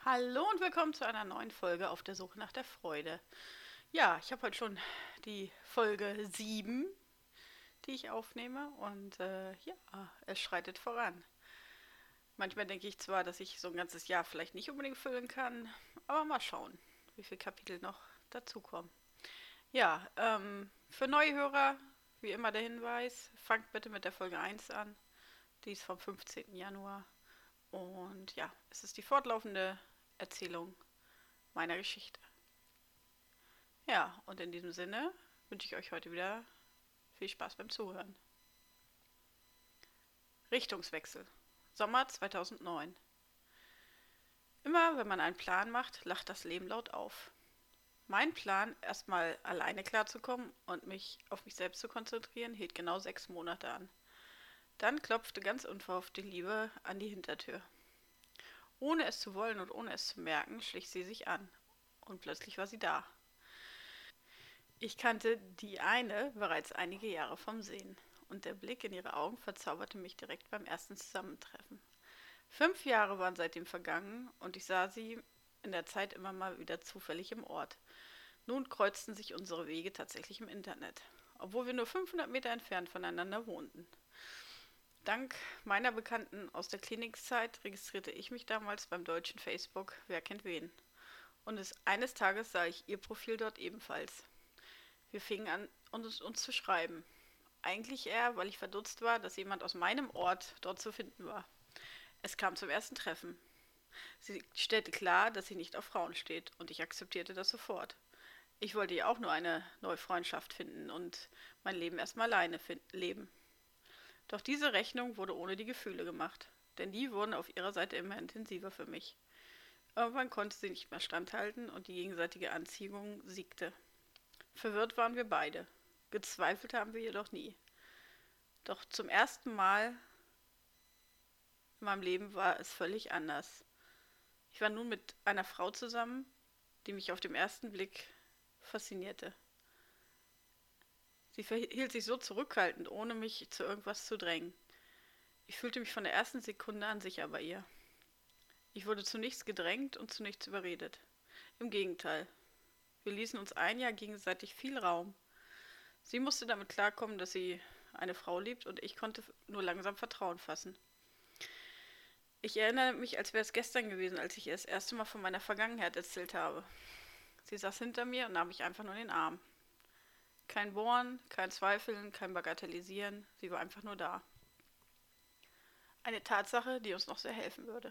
Hallo und willkommen zu einer neuen Folge auf der Suche nach der Freude. Ja, ich habe heute schon die Folge 7, die ich aufnehme und ja, es schreitet voran. Manchmal denke ich zwar, dass ich so ein ganzes Jahr vielleicht nicht unbedingt füllen kann, aber mal schauen, wie viele Kapitel noch dazukommen. Ja, für neue Hörer, wie immer der Hinweis, fangt bitte mit der Folge 1 an. Die ist vom 15. Januar. Und ja, es ist die fortlaufende Erzählung meiner Geschichte. Ja, und in diesem Sinne wünsche ich euch heute wieder viel Spaß beim Zuhören. Richtungswechsel. Sommer 2009. Immer wenn man einen Plan macht, lacht das Leben laut auf. Mein Plan, erstmal alleine klarzukommen und mich auf mich selbst zu konzentrieren, hielt genau 6 Monate an. Dann klopfte ganz unverhofft die Liebe an die Hintertür. Ohne es zu wollen und ohne es zu merken, schlich sie sich an. Und plötzlich war sie da. Ich kannte die eine bereits einige Jahre vom Sehen, und der Blick in ihre Augen verzauberte mich direkt beim ersten Zusammentreffen. 5 Jahre waren seitdem vergangen, und ich sah sie in der Zeit immer mal wieder zufällig im Ort. Nun kreuzten sich unsere Wege tatsächlich im Internet, obwohl wir nur 500 Meter entfernt voneinander wohnten. Dank meiner Bekannten aus der Klinikzeit registrierte ich mich damals beim deutschen Facebook Wer kennt wen. Und eines Tages sah ich ihr Profil dort ebenfalls. Wir fingen an, uns zu schreiben. Eigentlich eher, weil ich verdutzt war, dass jemand aus meinem Ort dort zu finden war. Es kam zum ersten Treffen. Sie stellte klar, dass sie nicht auf Frauen steht, und ich akzeptierte das sofort. Ich wollte ja auch nur eine neue Freundschaft finden und mein Leben erstmal alleine leben. Doch diese Rechnung wurde ohne die Gefühle gemacht, denn die wurden auf ihrer Seite immer intensiver für mich. Irgendwann konnte sie nicht mehr standhalten und die gegenseitige Anziehung siegte. Verwirrt waren wir beide. Gezweifelt haben wir jedoch nie. Doch zum ersten Mal in meinem Leben war es völlig anders. Ich war nun mit einer Frau zusammen, die mich auf den ersten Blick faszinierte. Sie verhielt sich so zurückhaltend, ohne mich zu irgendwas zu drängen. Ich fühlte mich von der ersten Sekunde an sicher bei ihr. Ich wurde zu nichts gedrängt und zu nichts überredet. Im Gegenteil. Wir ließen uns ein Jahr gegenseitig viel Raum. Sie musste damit klarkommen, dass sie eine Frau liebt, und ich konnte nur langsam Vertrauen fassen. Ich erinnere mich, als wäre es gestern gewesen, als ich ihr das erste Mal von meiner Vergangenheit erzählt habe. Sie saß hinter mir und nahm mich einfach nur in den Arm. Kein Bohren, kein Zweifeln, kein Bagatellisieren, sie war einfach nur da. Eine Tatsache, die uns noch sehr helfen würde.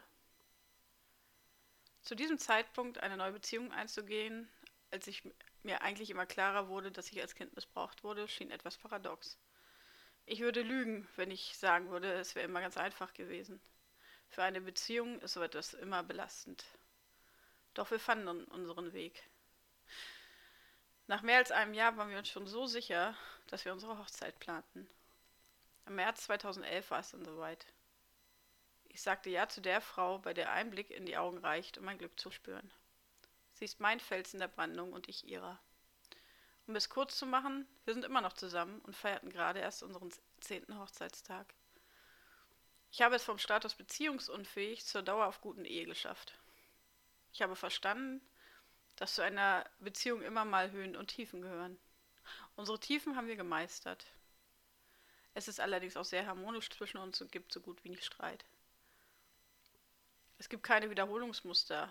Zu diesem Zeitpunkt eine neue Beziehung einzugehen, als mir eigentlich immer klarer wurde, dass ich als Kind missbraucht wurde, schien etwas paradox. Ich würde lügen, wenn ich sagen würde, es wäre immer ganz einfach gewesen. Für eine Beziehung ist so etwas immer belastend. Doch wir fanden unseren Weg. Nach mehr als einem Jahr waren wir uns schon so sicher, dass wir unsere Hochzeit planten. Im März 2011 war es dann soweit. Ich sagte ja zu der Frau, bei der ein Blick in die Augen reicht, um mein Glück zu spüren. Sie ist mein Fels in der Brandung und ich ihrer. Um es kurz zu machen, wir sind immer noch zusammen und feierten gerade erst unseren 10. Hochzeitstag. Ich habe es vom Status beziehungsunfähig zur dauerhaft guten Ehe geschafft. Ich habe verstanden, dass zu einer Beziehung immer mal Höhen und Tiefen gehören. Unsere Tiefen haben wir gemeistert. Es ist allerdings auch sehr harmonisch zwischen uns und gibt so gut wie nicht Streit. Es gibt keine Wiederholungsmuster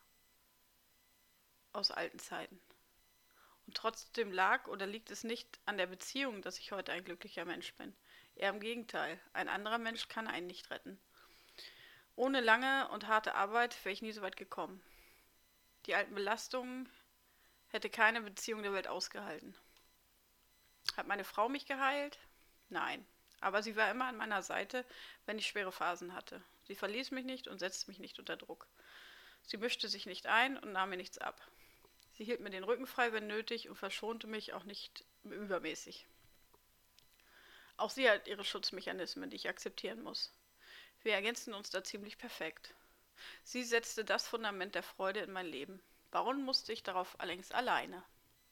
aus alten Zeiten. Und trotzdem lag oder liegt es nicht an der Beziehung, dass ich heute ein glücklicher Mensch bin. Eher im Gegenteil, ein anderer Mensch kann einen nicht retten. Ohne lange und harte Arbeit wäre ich nie so weit gekommen. Die alten Belastungen hätte keine Beziehung der Welt ausgehalten. Hat meine Frau mich geheilt? Nein. Aber sie war immer an meiner Seite, wenn ich schwere Phasen hatte. Sie verließ mich nicht und setzte mich nicht unter Druck. Sie mischte sich nicht ein und nahm mir nichts ab. Sie hielt mir den Rücken frei, wenn nötig, und verschonte mich auch nicht übermäßig. Auch sie hat ihre Schutzmechanismen, die ich akzeptieren muss. Wir ergänzen uns da ziemlich perfekt. Sie setzte das Fundament der Freude in mein Leben. Bauen musste ich darauf allerdings alleine.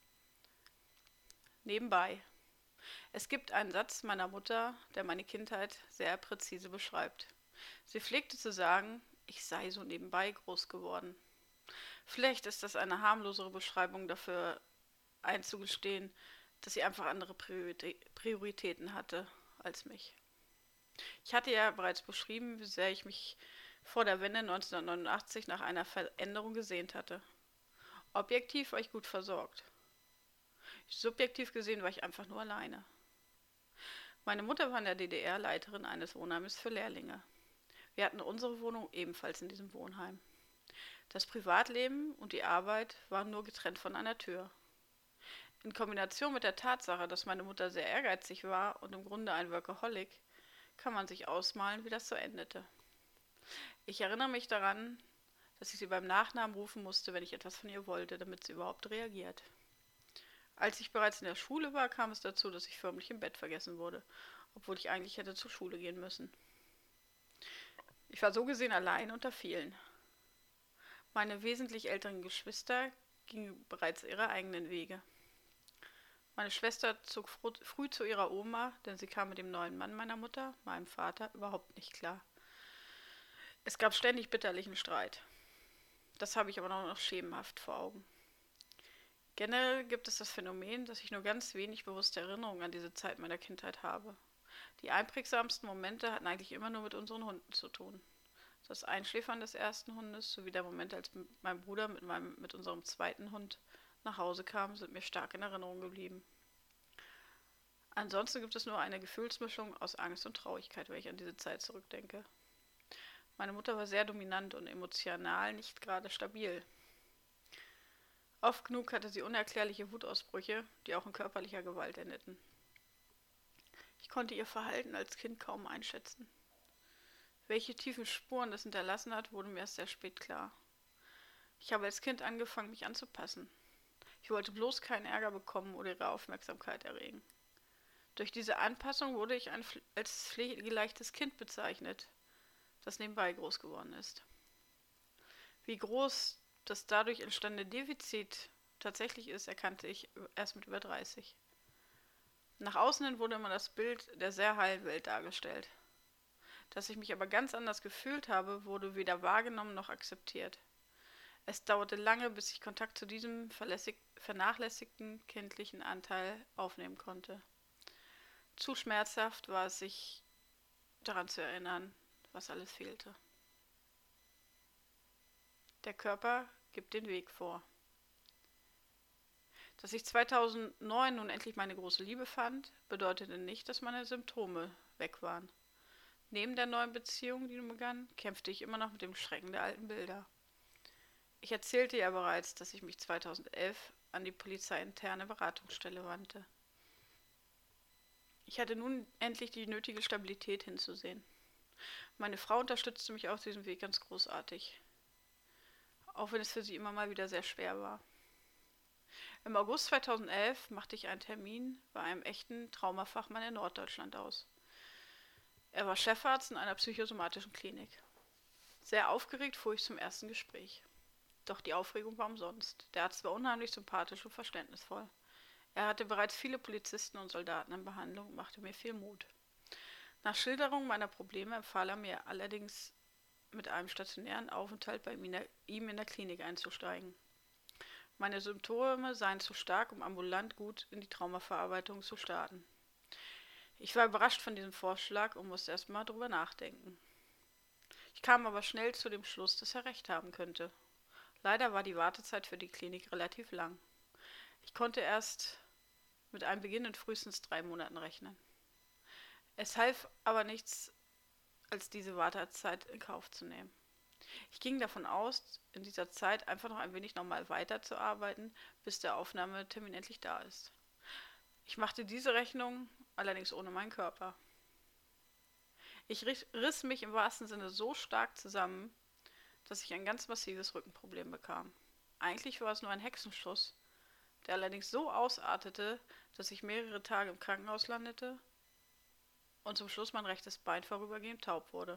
Nebenbei. Es gibt einen Satz meiner Mutter, der meine Kindheit sehr präzise beschreibt. Sie pflegte zu sagen, ich sei so nebenbei groß geworden. Vielleicht ist das eine harmlosere Beschreibung dafür, einzugestehen, dass sie einfach andere Prioritäten hatte als mich. Ich hatte ja bereits beschrieben, wie sehr ich mich vor der Wende 1989 nach einer Veränderung gesehnt hatte. Objektiv war ich gut versorgt. Subjektiv gesehen war ich einfach nur alleine. Meine Mutter war in der DDR Leiterin eines Wohnheimes für Lehrlinge. Wir hatten unsere Wohnung ebenfalls in diesem Wohnheim. Das Privatleben und die Arbeit waren nur getrennt von einer Tür. In Kombination mit der Tatsache, dass meine Mutter sehr ehrgeizig war und im Grunde ein Workaholic, kann man sich ausmalen, wie das so endete. Ich erinnere mich daran, dass ich sie beim Nachnamen rufen musste, wenn ich etwas von ihr wollte, damit sie überhaupt reagiert. Als ich bereits in der Schule war, kam es dazu, dass ich förmlich im Bett vergessen wurde, obwohl ich eigentlich hätte zur Schule gehen müssen. Ich war so gesehen allein unter vielen. Meine wesentlich älteren Geschwister gingen bereits ihre eigenen Wege. Meine Schwester zog früh zu ihrer Oma, denn sie kam mit dem neuen Mann meiner Mutter, meinem Vater, überhaupt nicht klar. Es gab ständig bitterlichen Streit. Das habe ich aber noch schemenhaft vor Augen. Generell gibt es das Phänomen, dass ich nur ganz wenig bewusste Erinnerungen an diese Zeit meiner Kindheit habe. Die einprägsamsten Momente hatten eigentlich immer nur mit unseren Hunden zu tun. Das Einschläfern des ersten Hundes sowie der Moment, als mein Bruder mit unserem zweiten Hund nach Hause kam, sind mir stark in Erinnerung geblieben. Ansonsten gibt es nur eine Gefühlsmischung aus Angst und Traurigkeit, wenn ich an diese Zeit zurückdenke. Meine Mutter war sehr dominant und emotional nicht gerade stabil. Oft genug hatte sie unerklärliche Wutausbrüche, die auch in körperlicher Gewalt endeten. Ich konnte ihr Verhalten als Kind kaum einschätzen. Welche tiefen Spuren das hinterlassen hat, wurde mir erst sehr spät klar. Ich habe als Kind angefangen, mich anzupassen. Ich wollte bloß keinen Ärger bekommen oder ihre Aufmerksamkeit erregen. Durch diese Anpassung wurde ich als pflegeleichtes Kind bezeichnet, das nebenbei groß geworden ist. Wie groß das dadurch entstandene Defizit tatsächlich ist, erkannte ich erst mit über 30. Nach außen hin wurde immer das Bild der sehr heilen Welt dargestellt. Dass ich mich aber ganz anders gefühlt habe, wurde weder wahrgenommen noch akzeptiert. Es dauerte lange, bis ich Kontakt zu diesem vernachlässigten kindlichen Anteil aufnehmen konnte. Zu schmerzhaft war es, sich daran zu erinnern, was alles fehlte. Der Körper gibt den Weg vor. Dass ich 2009 nun endlich meine große Liebe fand, bedeutete nicht, dass meine Symptome weg waren. Neben der neuen Beziehung, die nun begann, kämpfte ich immer noch mit dem Schrecken der alten Bilder. Ich erzählte ja bereits, dass ich mich 2011 an die polizeiinterne Beratungsstelle wandte. Ich hatte nun endlich die nötige Stabilität hinzusehen. Meine Frau unterstützte mich auf diesem Weg ganz großartig, auch wenn es für sie immer mal wieder sehr schwer war. Im August 2011 machte ich einen Termin bei einem echten Traumafachmann in Norddeutschland aus. Er war Chefarzt in einer psychosomatischen Klinik. Sehr aufgeregt fuhr ich zum ersten Gespräch. Doch die Aufregung war umsonst. Der Arzt war unheimlich sympathisch und verständnisvoll. Er hatte bereits viele Polizisten und Soldaten in Behandlung und machte mir viel Mut. Nach Schilderung meiner Probleme empfahl er mir allerdings, mit einem stationären Aufenthalt bei ihm in der Klinik einzusteigen. Meine Symptome seien zu stark, um ambulant gut in die Traumaverarbeitung zu starten. Ich war überrascht von diesem Vorschlag und musste erstmal drüber nachdenken. Ich kam aber schnell zu dem Schluss, dass er recht haben könnte. Leider war die Wartezeit für die Klinik relativ lang. Ich konnte erst mit einem Beginn in frühestens 3 Monaten rechnen. Es half aber nichts, als diese Wartezeit in Kauf zu nehmen. Ich ging davon aus, in dieser Zeit einfach noch ein wenig normal weiterzuarbeiten, bis der Aufnahmetermin endlich da ist. Ich machte diese Rechnung allerdings ohne meinen Körper. Ich riss mich im wahrsten Sinne so stark zusammen, dass ich ein ganz massives Rückenproblem bekam. Eigentlich war es nur ein Hexenschuss, der allerdings so ausartete, dass ich mehrere Tage im Krankenhaus landete und zum Schluss mein rechtes Bein vorübergehend taub wurde.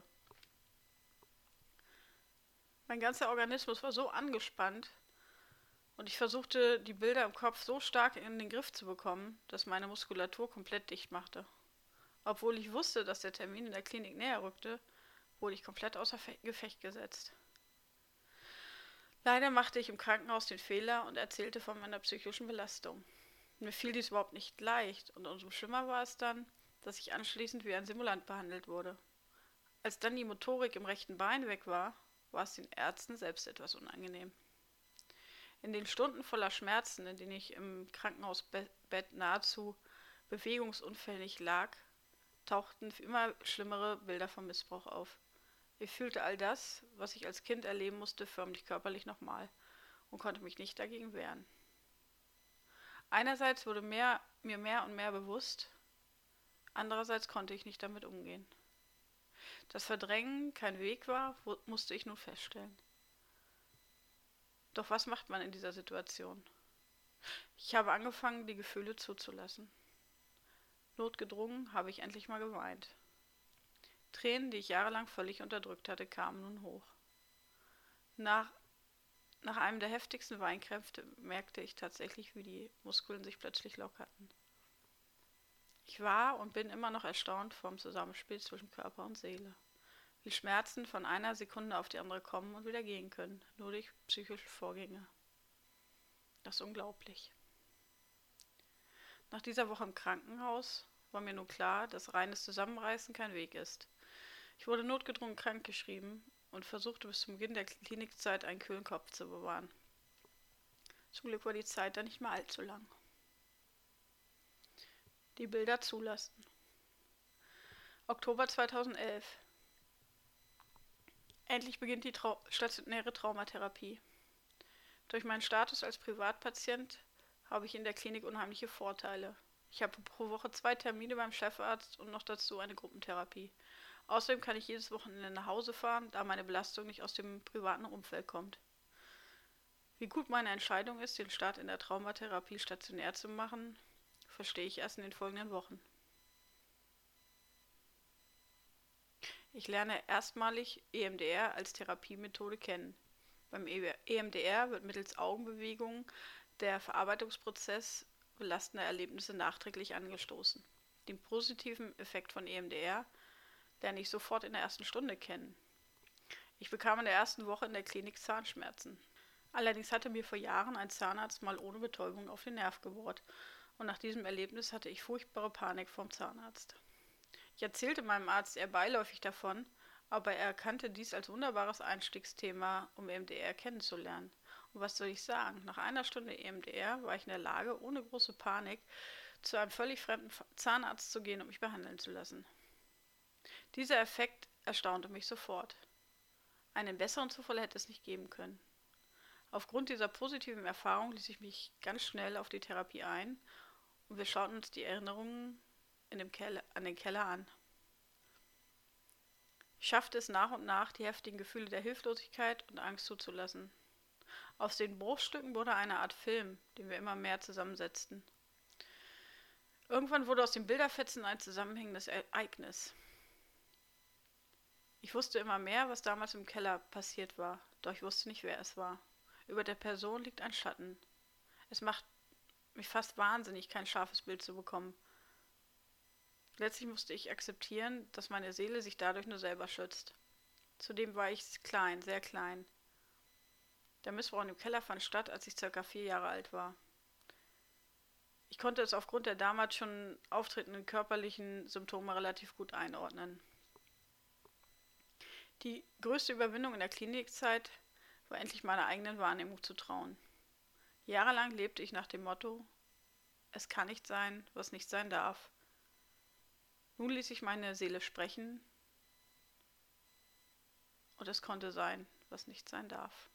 Mein ganzer Organismus war so angespannt und ich versuchte, die Bilder im Kopf so stark in den Griff zu bekommen, dass meine Muskulatur komplett dicht machte. Obwohl ich wusste, dass der Termin in der Klinik näher rückte, wurde ich komplett außer Gefecht gesetzt. Leider machte ich im Krankenhaus den Fehler und erzählte von meiner psychischen Belastung. Mir fiel dies überhaupt nicht leicht und umso schlimmer war es dann, dass ich anschließend wie ein Simulant behandelt wurde. Als dann die Motorik im rechten Bein weg war, war es den Ärzten selbst etwas unangenehm. In den Stunden voller Schmerzen, in denen ich im Krankenhausbett nahezu bewegungsunfähig lag, tauchten immer schlimmere Bilder vom Missbrauch auf. Ich fühlte all das, was ich als Kind erleben musste, förmlich körperlich nochmal und konnte mich nicht dagegen wehren. Einerseits wurde mir mehr und mehr bewusst, andererseits konnte ich nicht damit umgehen. Dass Verdrängen kein Weg war, musste ich nun feststellen. Doch was macht man in dieser Situation? Ich habe angefangen, die Gefühle zuzulassen. Notgedrungen habe ich endlich mal geweint. Tränen, die ich jahrelang völlig unterdrückt hatte, kamen nun hoch. Nach einem der heftigsten Weinkrämpfe merkte ich tatsächlich, wie die Muskeln sich plötzlich lockerten. Ich war und bin immer noch erstaunt vom Zusammenspiel zwischen Körper und Seele. Wie Schmerzen von einer Sekunde auf die andere kommen und wieder gehen können, nur durch psychische Vorgänge. Das ist unglaublich. Nach dieser Woche im Krankenhaus war mir nun klar, dass reines Zusammenreißen kein Weg ist. Ich wurde notgedrungen krankgeschrieben und versuchte bis zum Beginn der Klinikzeit einen kühlen Kopf zu bewahren. Zum Glück war die Zeit dann nicht mehr allzu lang. Die Bilder zulassen. Oktober 2011. Endlich beginnt die stationäre Traumatherapie. Durch meinen Status als Privatpatient habe ich in der Klinik unheimliche Vorteile. Ich habe pro Woche 2 Termine beim Chefarzt und noch dazu eine Gruppentherapie. Außerdem kann ich jedes Wochenende nach Hause fahren, da meine Belastung nicht aus dem privaten Umfeld kommt. Wie gut meine Entscheidung ist, den Start in der Traumatherapie stationär zu machen, verstehe ich erst in den folgenden Wochen. Ich lerne erstmalig EMDR als Therapiemethode kennen. Beim EMDR wird mittels Augenbewegungen der Verarbeitungsprozess belastender Erlebnisse nachträglich angestoßen. Den positiven Effekt von EMDR lerne ich sofort in der ersten Stunde kennen. Ich bekam in der ersten Woche in der Klinik Zahnschmerzen. Allerdings hatte mir vor Jahren ein Zahnarzt mal ohne Betäubung auf den Nerv gebohrt und nach diesem Erlebnis hatte ich furchtbare Panik vorm Zahnarzt. Ich erzählte meinem Arzt eher beiläufig davon, aber er erkannte dies als wunderbares Einstiegsthema, um EMDR kennenzulernen. Und was soll ich sagen? Nach einer Stunde EMDR war ich in der Lage, ohne große Panik, zu einem völlig fremden Zahnarzt zu gehen und mich behandeln zu lassen. Dieser Effekt erstaunte mich sofort. Einen besseren Zufall hätte es nicht geben können. Aufgrund dieser positiven Erfahrung ließ ich mich ganz schnell auf die Therapie ein und wir schauten uns die Erinnerungen an den Keller an. Ich schaffte es nach und nach, die heftigen Gefühle der Hilflosigkeit und Angst zuzulassen. Aus den Bruchstücken wurde eine Art Film, den wir immer mehr zusammensetzten. Irgendwann wurde aus den Bilderfetzen ein zusammenhängendes Ereignis. Ich wusste immer mehr, was damals im Keller passiert war, doch ich wusste nicht, wer es war. Über der Person liegt ein Schatten. Es macht mich fast wahnsinnig, kein scharfes Bild zu bekommen. Letztlich musste ich akzeptieren, dass meine Seele sich dadurch nur selber schützt. Zudem war ich klein, sehr klein. Der Missbrauch im Keller fand statt, als ich ca. 4 Jahre alt war. Ich konnte es aufgrund der damals schon auftretenden körperlichen Symptome relativ gut einordnen. Die größte Überwindung in der Klinikzeit war endlich meiner eigenen Wahrnehmung zu trauen. Jahrelang lebte ich nach dem Motto, es kann nicht sein, was nicht sein darf. Nun ließ ich meine Seele sprechen und es konnte sein, was nicht sein darf.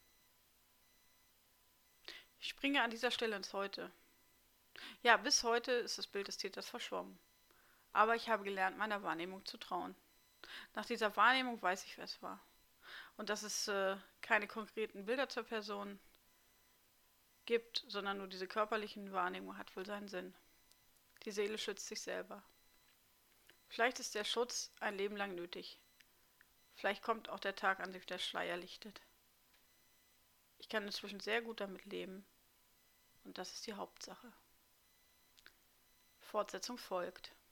Ich springe an dieser Stelle ins Heute. Ja, bis heute ist das Bild des Täters verschwommen. Aber ich habe gelernt, meiner Wahrnehmung zu trauen. Nach dieser Wahrnehmung weiß ich, wer es war. Und dass es keine konkreten Bilder zur Person gibt, sondern nur diese körperlichen Wahrnehmungen hat wohl seinen Sinn. Die Seele schützt sich selber. Vielleicht ist der Schutz ein Leben lang nötig. Vielleicht kommt auch der Tag, an dem der Schleier lichtet. Ich kann inzwischen sehr gut damit leben. Und das ist die Hauptsache. Fortsetzung folgt.